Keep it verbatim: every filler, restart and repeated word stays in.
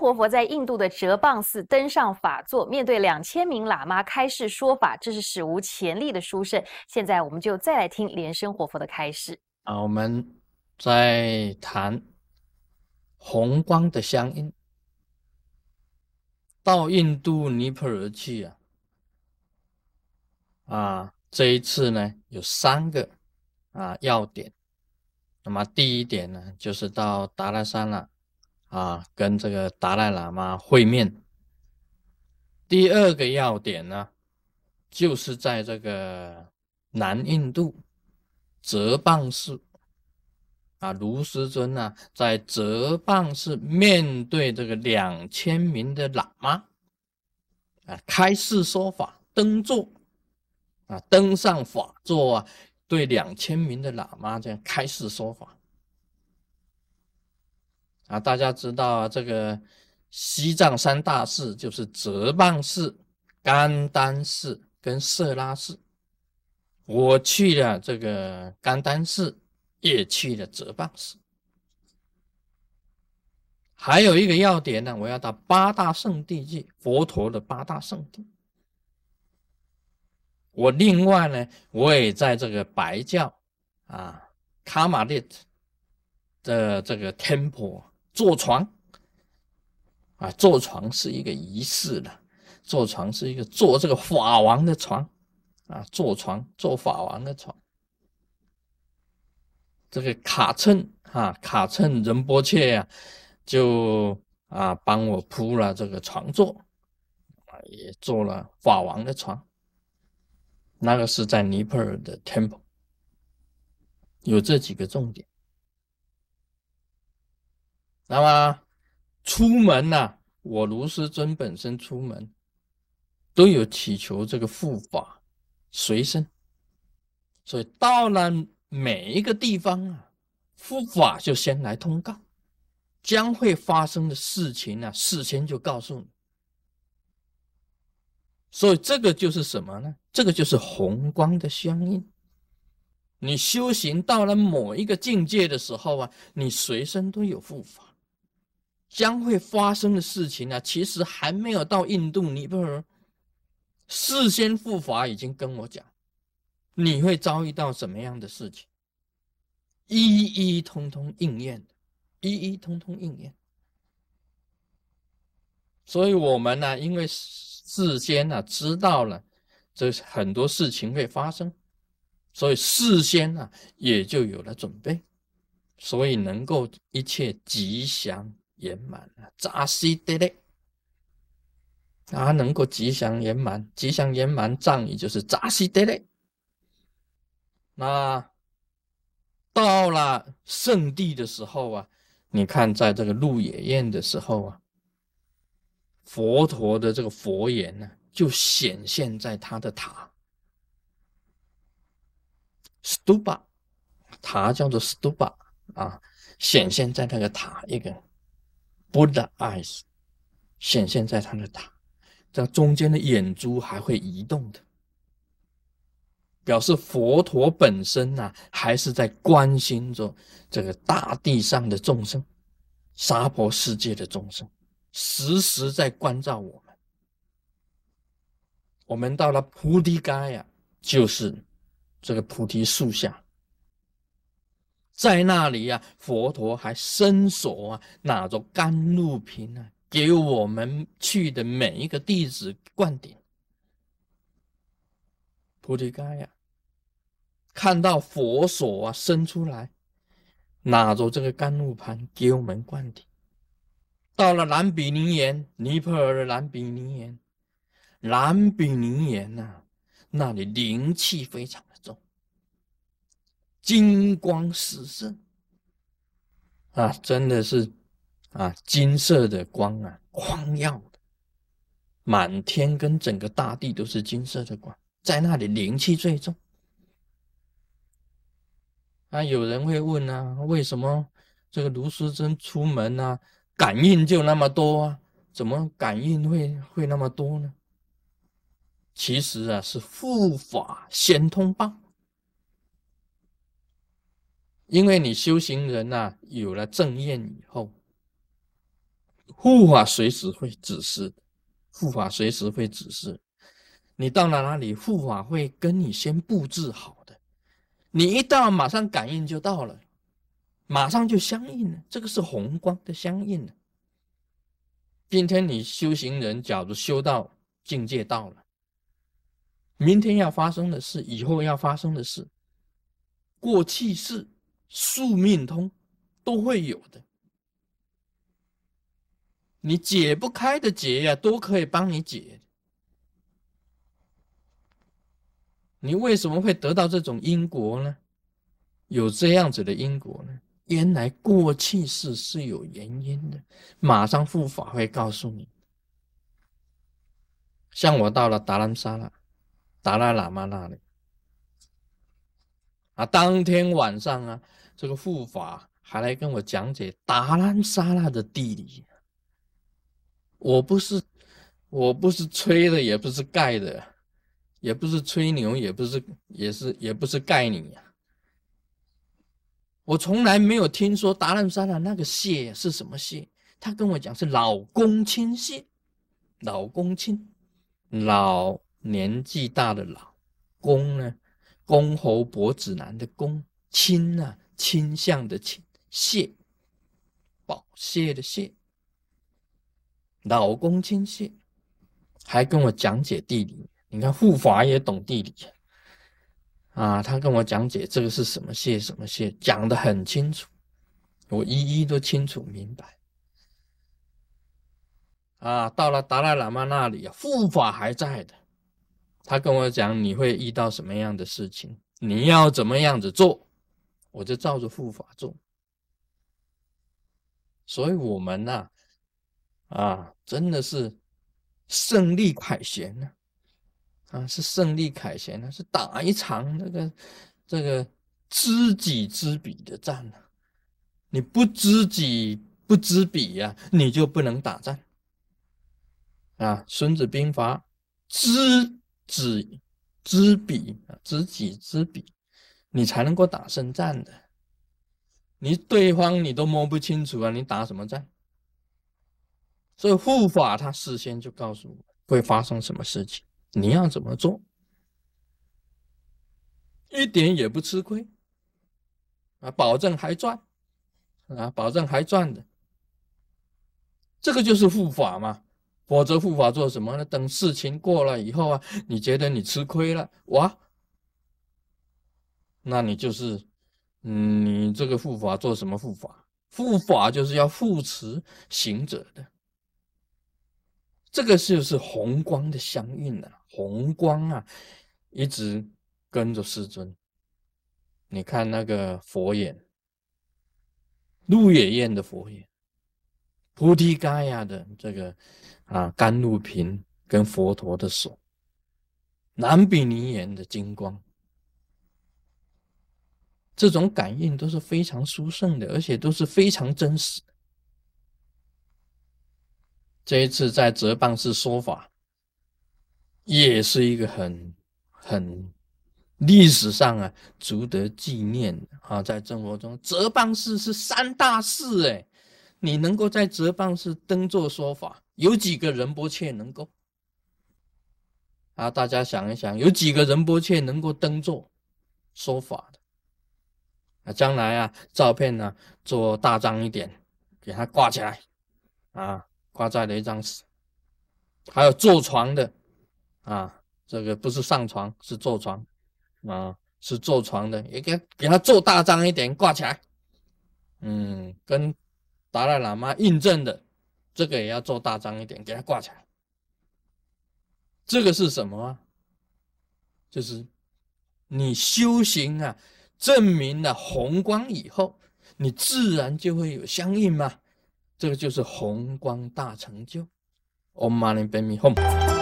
活佛在印度的哲蚌寺登上法座，面对两千名喇嘛开示说法，这是史无前例的殊胜。现在我们就再来听莲生活佛的开示。 啊，我们在谈红光的相应。到印度尼泊尔去啊，啊，这一次呢有三个啊要点。那么第一点呢，就是到达赖山了啊，跟这个达赖喇嘛会面。第二个要点呢，就是在这个南印度哲蚌寺啊，卢师尊呢、啊，在哲蚌寺面对这个两千名的喇嘛啊，开示说法，登座啊，登上法座啊，对两千名的喇嘛这样开示说法啊。大家知道啊，这个西藏三大寺就是哲蚌寺、甘丹寺跟色拉寺。我去了这个甘丹寺，也去了哲蚌寺。还有一个要点呢，我要到八大圣地去，佛陀的八大圣地。我另外呢，我也在这个白教啊卡玛列的这个 temple 坐床啊，坐床是一个仪式了，坐床是一个坐这个法王的床啊，坐床坐法王的床。这个卡称啊，卡称仁波切呀、啊，就啊帮我铺了这个床座啊，也做了法王的床。那个是在尼泊尔的 temple， 有这几个重点。那么出门呢、啊，我卢师尊本身出门都有祈求这个护法随身，所以到了每一个地方啊，护法就先来通告将会发生的事情啊，事先就告诉你。所以这个就是什么呢？这个就是红光的相应。你修行到了某一个境界的时候啊，你随身都有护法，将会发生的事情啊，其实还没有到印度尼泊尔，事先护法已经跟我讲，你会遭遇到什么样的事情，一一通通应验，一一通通应验。所以我们呢，因为事先呢知道了这很多事情会发生，所以事先呢也就有了准备，所以能够一切吉祥圆满啊，扎西得嘞啊，能够吉祥圆满，吉祥圆满藏语就是扎西得嘞。那到了圣地的时候啊，你看在这个鹿野苑的时候啊，佛陀的这个佛言呢、啊，就显现在他的塔 stupa， 塔叫做 stupa 啊，显现在那个塔一个 Buddha eyes 显现在他的塔，这中间的眼珠还会移动的，表示佛陀本身呢、啊，还是在关心着这个大地上的众生，娑婆世界的众生，时时在关照我们。我们到了菩提伽呀，就是这个菩提树下，在那里呀、啊，佛陀还伸手啊，拿着甘露瓶啊，给我们去的每一个弟子灌顶。菩提伽呀，看到佛手啊伸出来，拿着这个甘露盘给我们灌顶。到了兰比尼园，尼泊尔的兰比尼园，兰比尼园呐、啊，那里灵气非常的重，金光四射啊，真的是啊，金色的光啊，光耀的，满天跟整个大地都是金色的光，在那里灵气最重。啊，有人会问啊，为什么这个卢师尊出门啊，感应就那么多啊？怎么感应会会那么多呢？其实啊，是护法先通报。因为你修行人啊，有了正念以后， 护法随时会指示，护法随时会指示。你到了哪里，护法会跟你先布置好的，你一到马上感应就到了，马上就相应了，这个是红光的相应了。今天你修行人假如修到境界到了，明天要发生的事，以后要发生的事，过去世、宿命通都会有的。你解不开的结呀、啊，都可以帮你解。你为什么会得到这种因果呢？有这样子的因果呢？原来过去世是有原因的，马上护法会告诉你。像我到了达兰萨拉，达赖喇嘛那里啊，当天晚上啊，这个护法还来跟我讲解达兰萨拉的地理。我不是，我不是吹的，也不是盖的，也不是吹牛，也不是，也是，也不是盖你啊。我从来没有听说达兰萨拉那个蟹是什么蟹，他跟我讲是老公亲蟹，老公亲，老年纪大的老，公呢，公侯伯子男的公，亲啊，倾向的亲，蟹，宝蟹的蟹，老公亲蟹，还跟我讲解地理。你看护法也懂地理啊，他跟我讲解这个是什么蟹什么蟹，讲得很清楚，我一一都清楚明白。啊，到了达赖喇嘛那里，护法还在的，他跟我讲你会遇到什么样的事情，你要怎么样子做，我就照着护法做。所以我们呐、啊，啊，真的是胜利凯旋呢、啊，啊，是胜利凯旋呢、啊，是打一场那个这个知己知彼的战啊。你不知己不知彼呀、啊，你就不能打战啊。孙子兵法，知己知彼，知己知彼，你才能够打胜战的。你对方你都摸不清楚啊，你打什么战？所以护法他事先就告诉我会发生什么事情，你要怎么做，一点也不吃亏啊，保证还赚啊，保证还赚的。这个就是护法嘛，否则护法做什么呢？等事情过了以后啊，你觉得你吃亏了，哇，那你就是，嗯，你这个护法做什么护法？护法就是要护持行者的，这个就是红光的相应啊，红光啊，一直跟着世尊。你看那个佛眼，鹿野苑的佛眼，菩提伽亚的这个啊甘露瓶跟佛陀的手，南比尼岩的金光，这种感应都是非常殊胜的，而且都是非常真实的。这一次在哲蚌寺说法，也是一个很很历史上啊值得纪念的啊，在生活中，哲蚌寺是三大寺哎，你能够在哲蚌寺登座说法，有几个仁波切能够？啊，大家想一想，有几个仁波切能够登座说法的？啊，将来啊，照片呢、啊、做大张一点，给它挂起来，啊，挂在雷藏寺。还有坐床的，啊，这个不是上床，是坐床，啊，是坐床的，也给给它做大张一点，挂起来。嗯，跟达赖喇嘛印证的，这个也要做大张一点，给它挂起来。这个是什么啊？就是你修行啊，证明了红光以后，你自然就会有相应嘛。这个就是红光大成就。Om Mani Padme Hum。